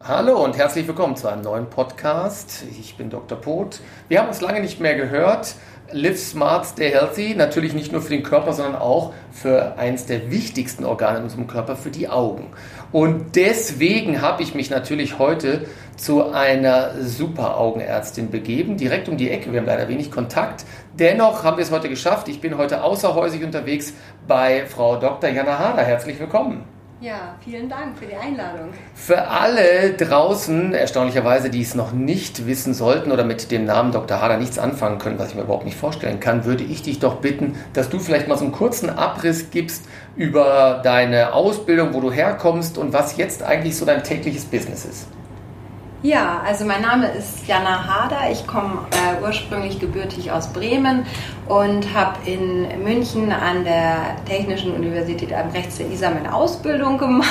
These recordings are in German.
Hallo und herzlich willkommen zu einem neuen Podcast. Ich bin Dr. Poth. Wir haben uns lange nicht mehr gehört. Live Smart, Stay Healthy. Natürlich nicht nur für den Körper, sondern auch für eines der wichtigsten Organe in unserem Körper, für die Augen. Und deswegen habe ich mich natürlich heute zu einer super Augenärztin begeben, direkt um die Ecke. Wir haben leider wenig Kontakt. Dennoch haben wir es heute geschafft. Ich bin heute außerhäusig unterwegs bei Frau Dr. Jana Harder. Herzlich willkommen. Ja, vielen Dank für die Einladung. Für alle draußen, erstaunlicherweise, die es noch nicht wissen sollten oder mit dem Namen Dr. Harder nichts anfangen können, was ich mir überhaupt nicht vorstellen kann, würde ich dich doch bitten, dass du vielleicht mal so einen kurzen Abriss gibst über deine Ausbildung, wo du herkommst und was jetzt eigentlich so dein tägliches Business ist. Ja, also mein Name ist Jana Harder. Ich komme ursprünglich gebürtig aus Bremen und habe in München an der Technischen Universität am Rechts der Isar meine Ausbildung gemacht.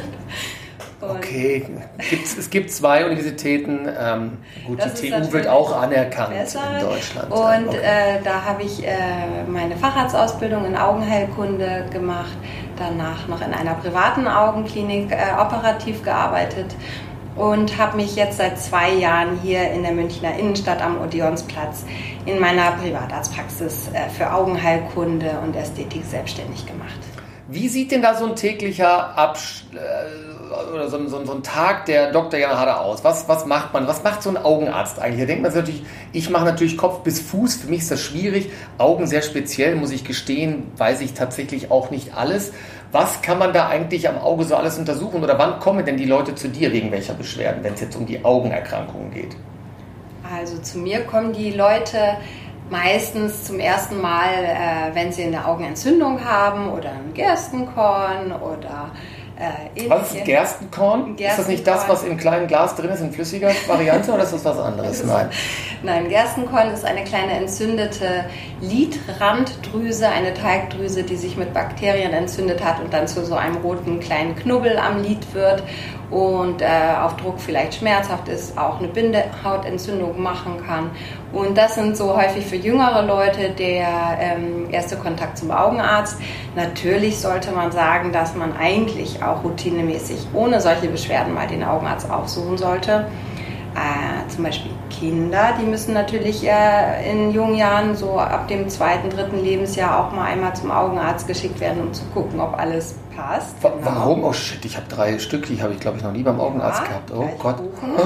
Okay, es gibt zwei Universitäten. Gut, die TU wird auch anerkannt in Deutschland. Und da habe ich meine Facharztausbildung in Augenheilkunde gemacht, danach noch in einer privaten Augenklinik operativ gearbeitet. Und habe mich jetzt seit 2 Jahren hier in der Münchner Innenstadt am Odeonsplatz in meiner Privatarztpraxis für Augenheilkunde und Ästhetik selbstständig gemacht. Wie sieht denn da so ein täglicher oder so ein Tag der Dr. Jana Harder aus? Was macht man? Was macht so ein Augenarzt eigentlich? Da denkt man sich natürlich, ich mache natürlich Kopf bis Fuß. Für mich ist das schwierig. Augen sehr speziell, muss ich gestehen, weiß ich tatsächlich auch nicht alles. Was kann man da eigentlich am Auge so alles untersuchen? Oder wann kommen denn die Leute zu dir wegen welcher Beschwerden, wenn es jetzt um die Augenerkrankungen geht? Also zu mir kommen die Leute meistens zum ersten Mal, wenn sie eine Augenentzündung haben oder ein Gerstenkorn oder was ist Gerstenkorn? Ist das nicht das, was im kleinen Glas drin ist, in flüssiger Variante, oder ist das was anderes? Nein, Gerstenkorn ist eine kleine entzündete Lidranddrüse, eine Teigdrüse, die sich mit Bakterien entzündet hat und dann zu so einem roten kleinen Knubbel am Lid wird und auf Druck vielleicht schmerzhaft ist, auch eine Bindehautentzündung machen kann. Und das sind so häufig für jüngere Leute der erste Kontakt zum Augenarzt. Natürlich sollte man sagen, dass man eigentlich auch routinemäßig ohne solche Beschwerden mal den Augenarzt aufsuchen sollte. Zum Beispiel Kinder, die müssen natürlich in jungen Jahren, so ab dem 2., 3. Lebensjahr auch mal einmal zum Augenarzt geschickt werden, um zu gucken, ob alles passt. Warum? Oh shit, ich habe 3 Stück, die habe ich glaube ich noch nie beim Augenarzt gehabt. Oh Gott.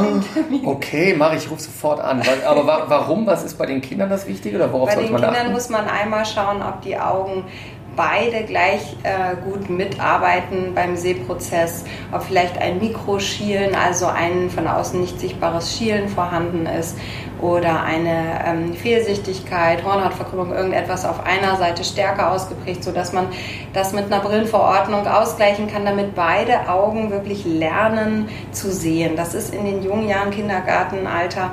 Okay, ich rufe sofort an. Aber warum? Was ist bei den Kindern das Wichtige? Oder worauf sollte man achten? Bei den Kindern muss man einmal schauen, ob die Augen beide gleich gut mitarbeiten beim Sehprozess, ob vielleicht ein Mikroschielen, also ein von außen nicht sichtbares Schielen vorhanden ist oder eine Fehlsichtigkeit, Hornhautverkrümmung, irgendetwas auf einer Seite stärker ausgeprägt, sodass man das mit einer Brillenverordnung ausgleichen kann, damit beide Augen wirklich lernen zu sehen. Das ist in den jungen Jahren, Kindergartenalter,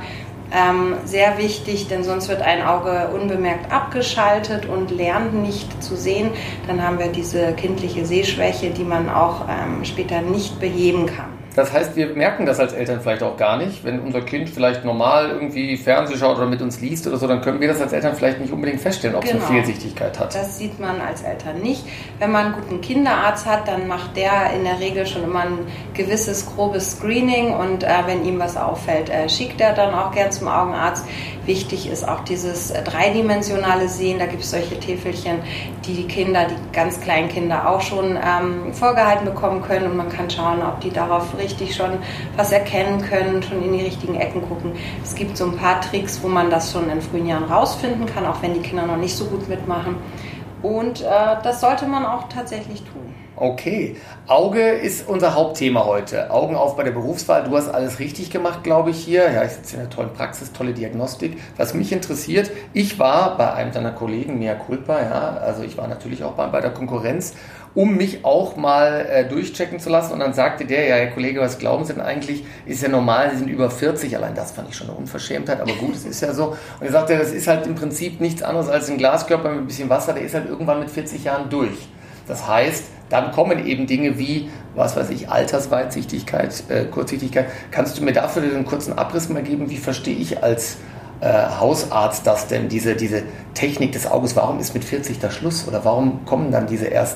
sehr wichtig, denn sonst wird ein Auge unbemerkt abgeschaltet und lernt nicht zu sehen. Dann haben wir diese kindliche Sehschwäche, die man auch später nicht beheben kann. Das heißt, wir merken das als Eltern vielleicht auch gar nicht. Wenn unser Kind vielleicht normal irgendwie Fernsehen schaut oder mit uns liest oder so, dann können wir das als Eltern vielleicht nicht unbedingt feststellen, ob es eine Fehlsichtigkeit hat. Das sieht man als Eltern nicht. Wenn man einen guten Kinderarzt hat, dann macht der in der Regel schon immer ein gewisses grobes Screening und wenn ihm was auffällt, schickt er dann auch gern zum Augenarzt. Wichtig ist auch dieses dreidimensionale Sehen. Da gibt es solche Täfelchen, die ganz kleinen Kinder auch schon vorgehalten bekommen können und man kann schauen, ob die darauf richtig schon was erkennen können, schon in die richtigen Ecken gucken. Es gibt so ein paar Tricks, wo man das schon in frühen Jahren rausfinden kann, auch wenn die Kinder noch nicht so gut mitmachen. Und das sollte man auch tatsächlich tun. Okay, Auge ist unser Hauptthema heute. Augen auf bei der Berufswahl. Du hast alles richtig gemacht, glaube ich, hier. Ja, ich sitze in einer tollen Praxis, tolle Diagnostik. Was mich interessiert, ich war bei einem deiner Kollegen, Mea Culpa, ja, also ich war natürlich auch bei der Konkurrenz, um mich auch mal durchchecken zu lassen. Und dann sagte der, ja, Herr Kollege, was glauben Sie denn eigentlich? Ist ja normal, Sie sind über 40. Allein das fand ich schon eine Unverschämtheit, aber gut, es ist ja so. Und er sagte, das ist halt im Prinzip nichts anderes als ein Glaskörper mit ein bisschen Wasser, der ist halt irgendwann mit 40 Jahren durch. Das heißt, dann kommen eben Dinge wie, was weiß ich, Altersweitsichtigkeit, Kurzsichtigkeit. Kannst du mir dafür einen kurzen Abriss mal geben? Wie verstehe ich als Hausarzt das denn, diese Technik des Auges? Warum ist mit 40 der Schluss? Oder warum kommen dann diese ersten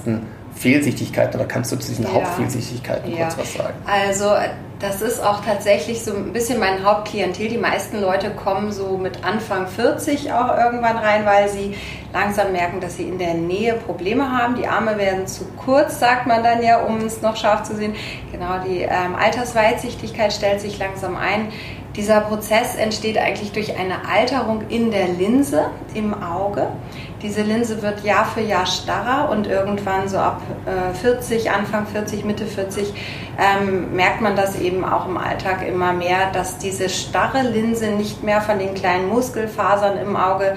Fehlsichtigkeiten oder kannst du zu diesen Hauptfehlsichtigkeiten kurz was sagen? Also das ist auch tatsächlich so ein bisschen mein Hauptklientel. Die meisten Leute kommen so mit Anfang 40 auch irgendwann rein, weil sie langsam merken, dass sie in der Nähe Probleme haben. Die Arme werden zu kurz, sagt man dann ja, um es noch scharf zu sehen. Genau, die Altersweitsichtigkeit stellt sich langsam ein. Dieser Prozess entsteht eigentlich durch eine Alterung in der Linse im Auge. Diese Linse wird Jahr für Jahr starrer und irgendwann so ab 40, Anfang 40, Mitte 40 merkt man das eben auch im Alltag immer mehr, dass diese starre Linse nicht mehr von den kleinen Muskelfasern im Auge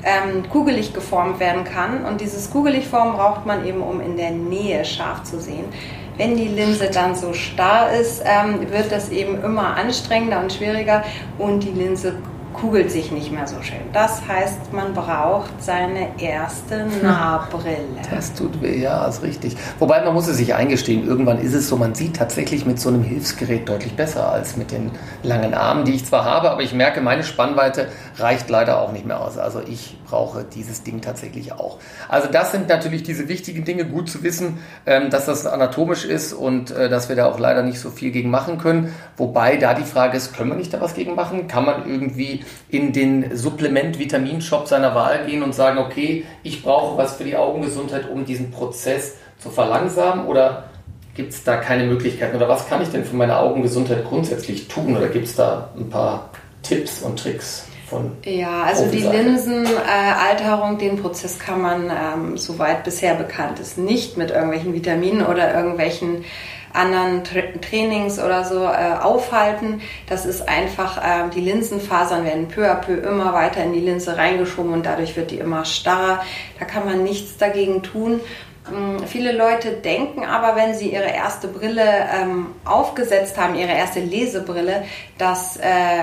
kugelig geformt werden kann. Und dieses kugelig formen braucht man eben, um in der Nähe scharf zu sehen. Wenn die Linse dann so starr ist, wird das eben immer anstrengender und schwieriger und die Linse kugelt sich nicht mehr so schön. Das heißt, man braucht seine erste Nahbrille. Das tut weh, ja, ist richtig. Wobei, man muss es sich eingestehen, irgendwann ist es so, man sieht tatsächlich mit so einem Hilfsgerät deutlich besser als mit den langen Armen, die ich zwar habe, aber ich merke, meine Spannweite reicht leider auch nicht mehr aus. Also ich brauche dieses Ding tatsächlich auch. Also das sind natürlich diese wichtigen Dinge, gut zu wissen, dass das anatomisch ist und dass wir da auch leider nicht so viel gegen machen können. Wobei da die Frage ist, können wir nicht da was gegen machen? Kann man irgendwie in den Supplement-Vitaminshop seiner Wahl gehen und sagen, okay, ich brauche was für die Augengesundheit, um diesen Prozess zu verlangsamen, oder gibt es da keine Möglichkeiten? Oder was kann ich denn für meine Augengesundheit grundsätzlich tun? Oder gibt es da ein paar Tipps und Tricks? Ja, also die Linsenalterung, den Prozess kann man, soweit bisher bekannt ist, nicht mit irgendwelchen Vitaminen oder irgendwelchen anderen Trainings oder so aufhalten. Das ist einfach, die Linsenfasern werden peu à peu immer weiter in die Linse reingeschoben und dadurch wird die immer starrer. Da kann man nichts dagegen tun. Viele Leute denken aber, wenn sie ihre erste Brille aufgesetzt haben, ihre erste Lesebrille, dass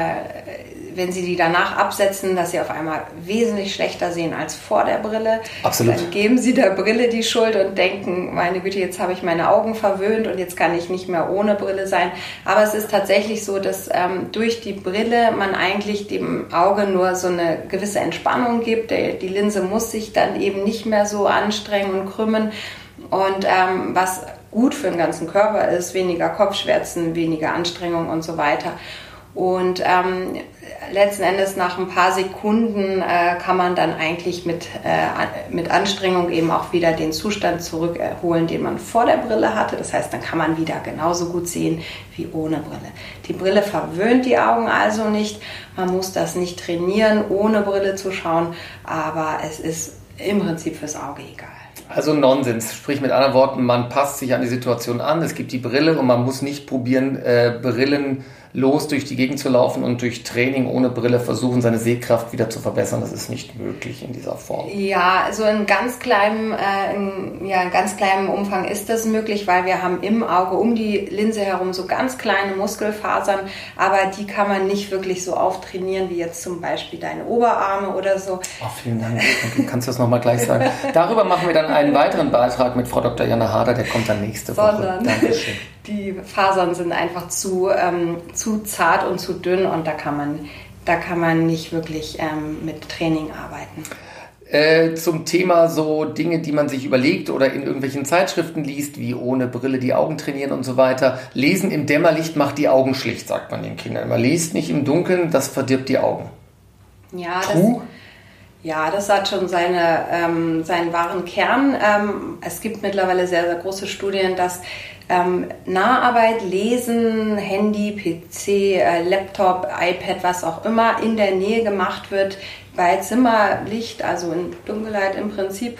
wenn sie die danach absetzen, dass sie auf einmal wesentlich schlechter sehen als vor der Brille. Absolut. Dann geben sie der Brille die Schuld und denken, meine Güte, jetzt habe ich meine Augen verwöhnt und jetzt kann ich nicht mehr ohne Brille sein. Aber es ist tatsächlich so, dass durch die Brille man eigentlich dem Auge nur so eine gewisse Entspannung gibt. Die Linse muss sich dann eben nicht mehr so anstrengen und krümmen. Und was gut für den ganzen Körper ist, weniger Kopfschmerzen, weniger Anstrengung und so weiter. Und letzten Endes nach ein paar Sekunden kann man dann eigentlich mit Anstrengung eben auch wieder den Zustand zurückholen, den man vor der Brille hatte. Das heißt, dann kann man wieder genauso gut sehen wie ohne Brille. Die Brille verwöhnt die Augen also nicht. Man muss das nicht trainieren, ohne Brille zu schauen, aber es ist im Prinzip fürs Auge egal. Also Nonsens, sprich mit anderen Worten, man passt sich an die Situation an, es gibt die Brille und man muss nicht probieren, brillenlos durch die Gegend zu laufen und durch Training ohne Brille versuchen, seine Sehkraft wieder zu verbessern. Das ist nicht möglich in dieser Form. Ja, also in ganz kleinem Umfang ist das möglich, weil wir haben im Auge um die Linse herum so ganz kleine Muskelfasern, aber die kann man nicht wirklich so auftrainieren wie jetzt zum Beispiel deine Oberarme oder so. Oh, vielen Dank. Kannst du das nochmal gleich sagen? Darüber machen wir dann einen weiteren Beitrag mit Frau Dr. Jana Harder, der kommt dann nächste Woche. Dankeschön. Die Fasern sind einfach zu zart und zu dünn und da kann man nicht wirklich mit Training arbeiten. Zum Thema so Dinge, die man sich überlegt oder in irgendwelchen Zeitschriften liest, wie ohne Brille die Augen trainieren und so weiter. Lesen im Dämmerlicht macht die Augen schlicht, sagt man den Kindern. Man liest nicht im Dunkeln, das verdirbt die Augen. Ja, das hat schon seinen wahren Kern. Es gibt mittlerweile sehr, sehr große Studien, dass Naharbeit, Lesen, Handy, PC, Laptop, iPad, was auch immer in der Nähe gemacht wird, bei Zimmerlicht, also in Dunkelheit im Prinzip.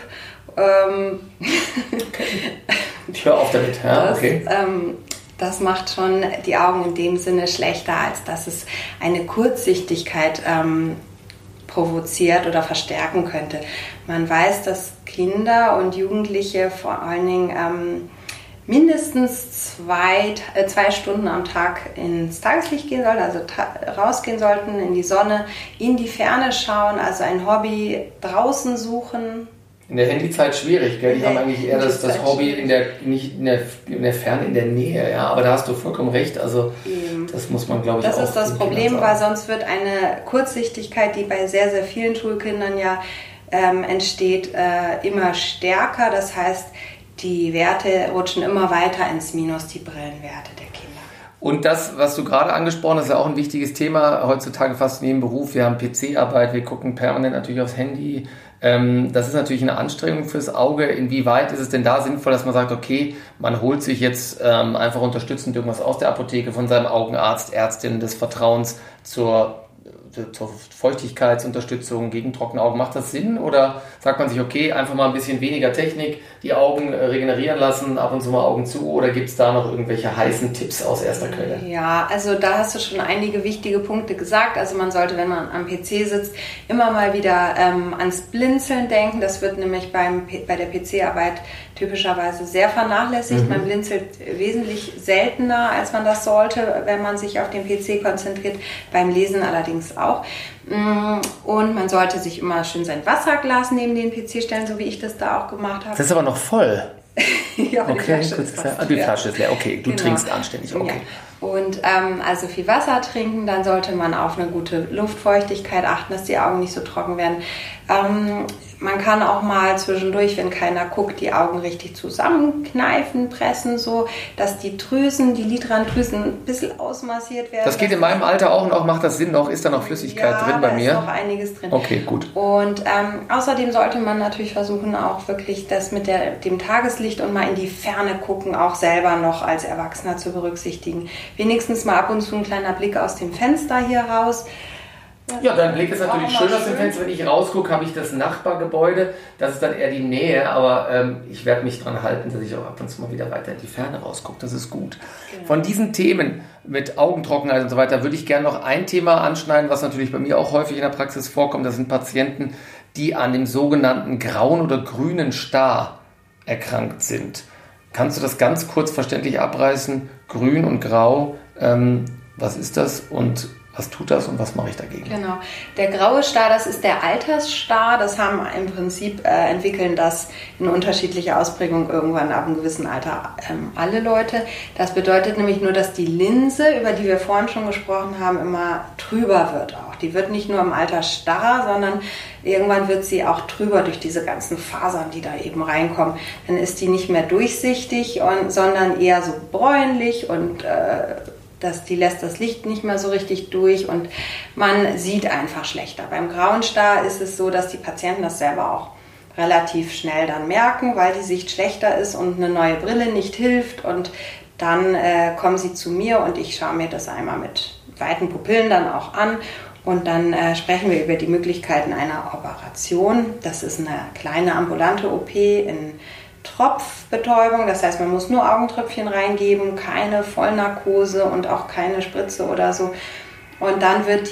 Ich höre auf damit, ja, okay. Das macht schon die Augen in dem Sinne schlechter, als dass es eine Kurzsichtigkeit provoziert oder verstärken könnte. Man weiß, dass Kinder und Jugendliche vor allen Dingen mindestens zwei Stunden am Tag ins Tageslicht gehen sollten, also rausgehen sollten, in die Sonne, in die Ferne schauen, also ein Hobby draußen suchen. In der Handyzeit schwierig, gell? Die haben eigentlich eher das Hobby nicht in der Ferne, in der Nähe, ja, aber da hast du vollkommen recht, also das muss man, glaube ich, das auch. Das ist das Problem, weil sonst wird eine Kurzsichtigkeit, die bei sehr, sehr vielen Schulkindern ja entsteht, immer stärker, das heißt, die Werte rutschen immer weiter ins Minus, die Brillenwerte der Kinder. Und das, was du gerade angesprochen hast, ist ja auch ein wichtiges Thema heutzutage fast in jedem Beruf. Wir haben PC-Arbeit, wir gucken permanent natürlich aufs Handy. Das ist natürlich eine Anstrengung fürs Auge. Inwieweit ist es denn da sinnvoll, dass man sagt, okay, man holt sich jetzt einfach unterstützend irgendwas aus der Apotheke von seinem Augenarzt, Ärztin des Vertrauens zur Feuchtigkeitsunterstützung gegen trockene Augen. Macht das Sinn oder sagt man sich, okay, einfach mal ein bisschen weniger Technik, die Augen regenerieren lassen, ab und zu mal Augen zu, oder gibt es da noch irgendwelche heißen Tipps aus erster Quelle? Ja, also da hast du schon einige wichtige Punkte gesagt. Also man sollte, wenn man am PC sitzt, immer mal wieder ans Blinzeln denken. Das wird nämlich bei der PC-Arbeit typischerweise sehr vernachlässigt. Man blinzelt wesentlich seltener, als man das sollte, wenn man sich auf den PC konzentriert. Beim Lesen allerdings auch. Und man sollte sich immer schön sein Wasserglas neben den PC stellen, so wie ich das da auch gemacht habe. Das ist aber noch voll. Ja, aber okay, die Flasche ist leer. Okay, du trinkst anständig. Okay. Ja. Und also viel Wasser trinken, dann sollte man auf eine gute Luftfeuchtigkeit achten, dass die Augen nicht so trocken werden. Man kann auch mal zwischendurch, wenn keiner guckt, die Augen richtig zusammenkneifen, pressen, so, dass die Lidrandrüsen ein bisschen ausmassiert werden. Das geht in meinem Alter auch noch, macht das Sinn noch? Ist da noch Flüssigkeit drin bei mir? Ja, da ist noch einiges drin. Okay, gut. Und außerdem sollte man natürlich versuchen, auch wirklich das mit dem Tageslicht und mal in die Ferne gucken, auch selber noch als Erwachsener zu berücksichtigen. Wenigstens mal ab und zu ein kleiner Blick aus dem Fenster hier raus. Ja, dein Blick ist natürlich schön aus dem Fenster. Wenn ich rausgucke, habe ich das Nachbargebäude. Das ist dann eher die Nähe, aber ich werde mich daran halten, dass ich auch ab und zu mal wieder weiter in die Ferne rausgucke. Das ist gut. Genau. Von diesen Themen mit Augentrockenheit und so weiter würde ich gerne noch ein Thema anschneiden, was natürlich bei mir auch häufig in der Praxis vorkommt. Das sind Patienten, die an dem sogenannten grauen oder grünen Star erkrankt sind. Kannst du das ganz kurz verständlich abreißen? Grün und grau, was ist das und was tut das und was mache ich dagegen? Genau. Der graue Star, das ist der Altersstar. Das haben im Prinzip entwickeln das in unterschiedlicher Ausprägung irgendwann ab einem gewissen Alter alle Leute. Das bedeutet nämlich nur, dass die Linse, über die wir vorhin schon gesprochen haben, immer trüber wird auch. Die wird nicht nur im Alter starrer, sondern irgendwann wird sie auch trüber durch diese ganzen Fasern, die da eben reinkommen. Dann ist die nicht mehr durchsichtig, sondern eher so bräunlich und die lässt das Licht nicht mehr so richtig durch und man sieht einfach schlechter. Beim grauen Star ist es so, dass die Patienten das selber auch relativ schnell dann merken, weil die Sicht schlechter ist und eine neue Brille nicht hilft, und dann kommen sie zu mir und ich schaue mir das einmal mit weiten Pupillen dann auch an und dann sprechen wir über die Möglichkeiten einer Operation. Das ist eine kleine ambulante OP in Tropfbetäubung, das heißt, man muss nur Augentröpfchen reingeben, keine Vollnarkose und auch keine Spritze oder so. Und dann wird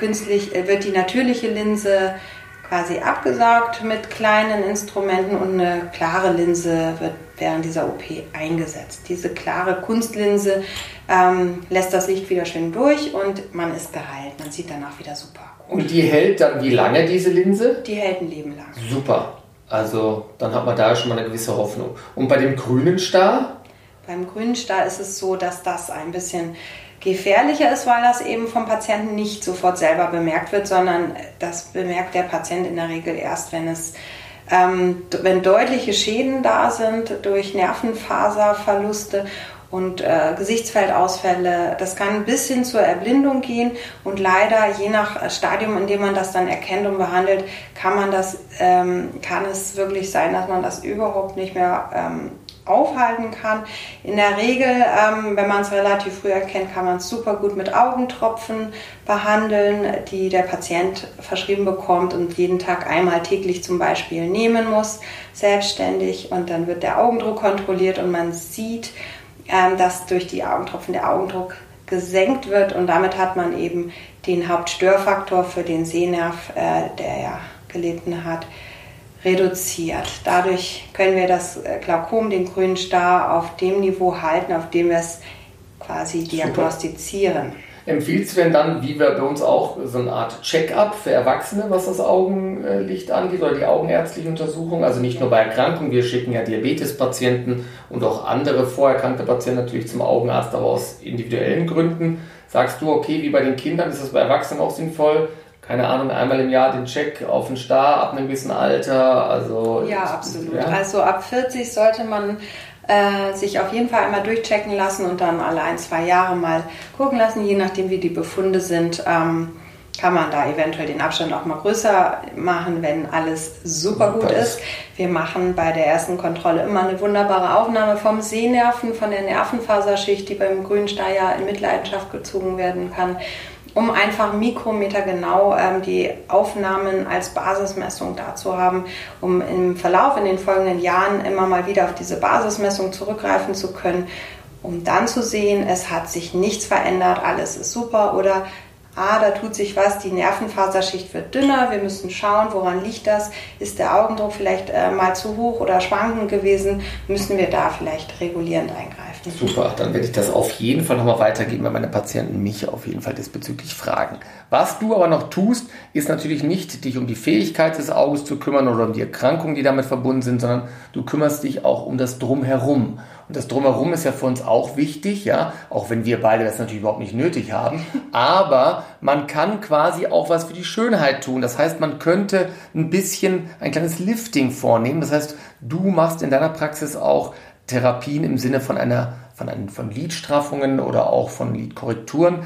die natürliche Linse quasi abgesaugt mit kleinen Instrumenten und eine klare Linse wird während dieser OP eingesetzt. Diese klare Kunstlinse lässt das Licht wieder schön durch und man ist geheilt. Man sieht danach wieder super gut. Und die hält dann wie lange, diese Linse? Die hält ein Leben lang. Super. Also dann hat man da schon mal eine gewisse Hoffnung. Und bei dem grünen Star? Beim grünen Star ist es so, dass das ein bisschen gefährlicher ist, weil das eben vom Patienten nicht sofort selber bemerkt wird, sondern das bemerkt der Patient in der Regel erst, wenn deutliche Schäden da sind durch Nervenfaserverluste und Gesichtsfeldausfälle. Das kann bis hin zur Erblindung gehen und leider je nach Stadium, in dem man das dann erkennt und behandelt, kann es wirklich sein, dass man das überhaupt nicht mehr aufhalten kann. In der Regel, wenn man es relativ früh erkennt, kann man es super gut mit Augentropfen behandeln, die der Patient verschrieben bekommt und jeden Tag einmal täglich zum Beispiel nehmen muss, selbstständig, und dann wird der Augendruck kontrolliert und man sieht, dass durch die Augentropfen der Augendruck gesenkt wird und damit hat man eben den Hauptstörfaktor für den Sehnerv, der ja gelitten hat, reduziert. Dadurch können wir das Glaukom, den grünen Star, auf dem Niveau halten, auf dem wir es quasi diagnostizieren. Empfiehlst du denn dann, wie wir bei uns auch, so eine Art Check-up für Erwachsene, was das Augenlicht angeht, oder die augenärztliche Untersuchung? Also nicht nur bei Erkrankungen, wir schicken ja Diabetespatienten und auch andere vorerkrankte Patienten natürlich zum Augenarzt, aber aus individuellen Gründen. Sagst du, okay, wie bei den Kindern, ist das bei Erwachsenen auch sinnvoll? keine Ahnung, einmal im Jahr den Check auf den Star ab einem gewissen Alter? Also, ja, absolut. Ja. Also ab 40 sollte man sich auf jeden Fall einmal durchchecken lassen und dann alle 1-2 Jahre mal gucken lassen, je nachdem wie die Befunde sind. Kann man da eventuell den Abstand auch mal größer machen, wenn alles super gut ist. Wir machen bei der ersten Kontrolle immer eine wunderbare Aufnahme vom Sehnerven, von der Nervenfaserschicht, die beim Grünstar ja in Mitleidenschaft gezogen werden kann, um einfach mikrometergenau die Aufnahmen als Basismessung dazu haben, um im Verlauf in den folgenden Jahren immer mal wieder auf diese Basismessung zurückgreifen zu können, um dann zu sehen, es hat sich nichts verändert, alles ist super oder da tut sich was, die Nervenfaserschicht wird dünner, wir müssen schauen, woran liegt das, ist der Augendruck vielleicht mal zu hoch oder schwankend gewesen, müssen wir da vielleicht regulierend eingreifen. Super, dann werde ich das auf jeden Fall nochmal weitergeben, weil meine Patienten mich auf jeden Fall diesbezüglich fragen. Was du aber noch tust, ist natürlich nicht, dich um die Fähigkeit des Auges zu kümmern oder um die Erkrankungen, die damit verbunden sind, sondern du kümmerst dich auch um das Drumherum. Und das Drumherum ist ja für uns auch wichtig, ja, auch wenn wir beide das natürlich überhaupt nicht nötig haben. Aber man kann quasi auch was für die Schönheit tun. Das heißt, man könnte ein kleines Lifting vornehmen. Das heißt, du machst in deiner Praxis auch Therapien im Sinne von Lidstraffungen oder auch von Lidkorrekturen.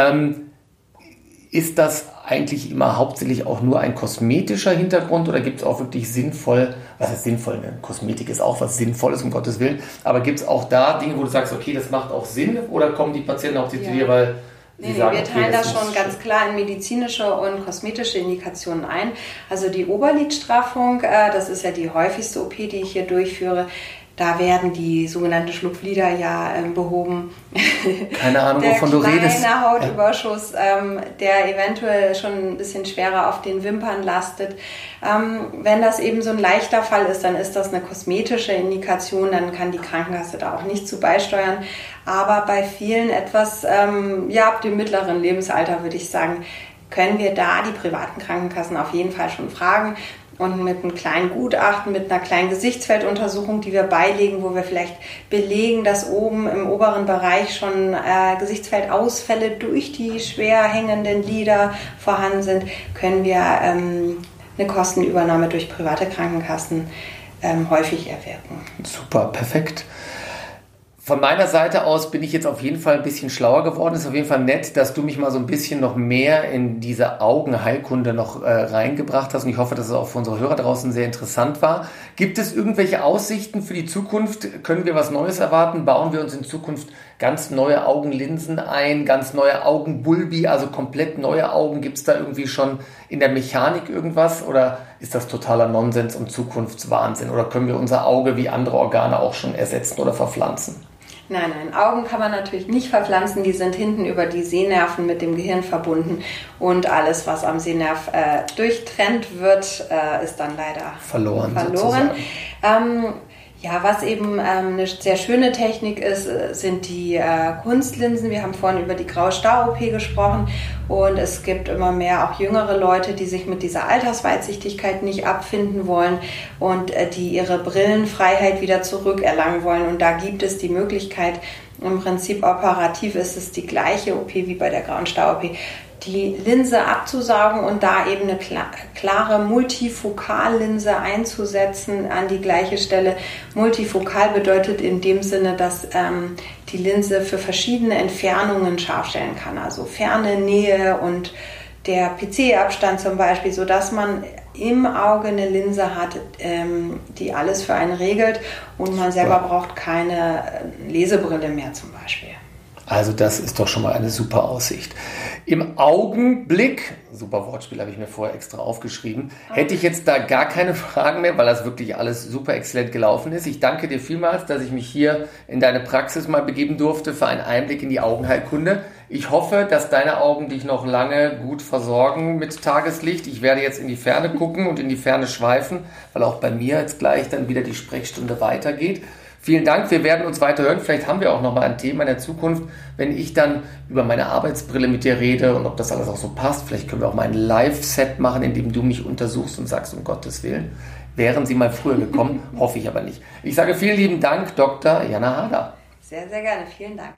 Ist das eigentlich immer hauptsächlich auch nur ein kosmetischer Hintergrund oder gibt es auch wirklich was heißt sinnvoll? Ne? Kosmetik ist auch was Sinnvolles, um Gottes Willen, aber gibt es auch da Dinge, wo du sagst, okay, das macht auch Sinn oder kommen die Patienten auch zu dir, weil sie sagen, wir teilen das schon ganz klar in medizinische und kosmetische Indikationen ein. Also die Oberlidstraffung, das ist ja die häufigste OP, die ich hier durchführe. Da werden die sogenannten Schlupflider ja behoben. Keine Ahnung, wovon du redest. Der kleine Hautüberschuss, der eventuell schon ein bisschen schwerer auf den Wimpern lastet. Wenn das eben so ein leichter Fall ist, dann ist das eine kosmetische Indikation, dann kann die Krankenkasse da auch nicht zu beisteuern. Aber bei vielen etwas, ab dem mittleren Lebensalter würde ich sagen, können wir da die privaten Krankenkassen auf jeden Fall schon fragen. Und mit einem kleinen Gutachten, mit einer kleinen Gesichtsfelduntersuchung, die wir beilegen, wo wir vielleicht belegen, dass oben im oberen Bereich schon Gesichtsfeldausfälle durch die schwer hängenden Lider vorhanden sind, können wir eine Kostenübernahme durch private Krankenkassen häufig erwirken. Super, perfekt. Von meiner Seite aus bin ich jetzt auf jeden Fall ein bisschen schlauer geworden. Es ist auf jeden Fall nett, dass du mich mal so ein bisschen noch mehr in diese Augenheilkunde noch reingebracht hast. Und ich hoffe, dass es auch für unsere Hörer draußen sehr interessant war. Gibt es irgendwelche Aussichten für die Zukunft? Können wir was Neues erwarten? Bauen wir uns in Zukunft ganz neue Augenlinsen ein, ganz neue Augenbulbi, also komplett neue Augen? Gibt es da irgendwie schon in der Mechanik irgendwas? Oder ist das totaler Nonsens und Zukunftswahnsinn? Oder können wir unser Auge wie andere Organe auch schon ersetzen oder verpflanzen? Nein, Augen kann man natürlich nicht verpflanzen, die sind hinten über die Sehnerven mit dem Gehirn verbunden und alles, was am Sehnerv durchtrennt wird, ist dann leider verloren. Was eben eine sehr schöne Technik ist, sind die Kunstlinsen. Wir haben vorhin über die Graue Star-OP gesprochen und es gibt immer mehr auch jüngere Leute, die sich mit dieser Altersweitsichtigkeit nicht abfinden wollen und die ihre Brillenfreiheit wieder zurückerlangen wollen. Und da gibt es die Möglichkeit, im Prinzip operativ ist es die gleiche OP wie bei der Grauen Star-OP, die Linse abzusaugen und da eben eine klare Multifokallinse einzusetzen an die gleiche Stelle. Multifokal bedeutet in dem Sinne, dass die Linse für verschiedene Entfernungen scharf stellen kann, also Ferne, Nähe und der PC-Abstand zum Beispiel, sodass man im Auge eine Linse hat, die alles für einen regelt und man selber braucht keine Lesebrille mehr zum Beispiel. Also das ist doch schon mal eine super Aussicht. Im Augenblick, super Wortspiel habe ich mir vorher extra aufgeschrieben, hätte ich jetzt da gar keine Fragen mehr, weil das wirklich alles super exzellent gelaufen ist. Ich danke dir vielmals, dass ich mich hier in deine Praxis mal begeben durfte für einen Einblick in die Augenheilkunde. Ich hoffe, dass deine Augen dich noch lange gut versorgen mit Tageslicht. Ich werde jetzt in die Ferne gucken und in die Ferne schweifen, weil auch bei mir jetzt gleich dann wieder die Sprechstunde weitergeht. Vielen Dank, wir werden uns weiter hören. Vielleicht haben wir auch noch mal ein Thema in der Zukunft, wenn ich dann über meine Arbeitsbrille mit dir rede und ob das alles auch so passt. Vielleicht können wir auch mal ein Live-Set machen, in dem du mich untersuchst und sagst, um Gottes Willen, wären sie mal früher gekommen, hoffe ich aber nicht. Ich sage vielen lieben Dank, Dr. Jana Harder. Sehr, sehr gerne. Vielen Dank.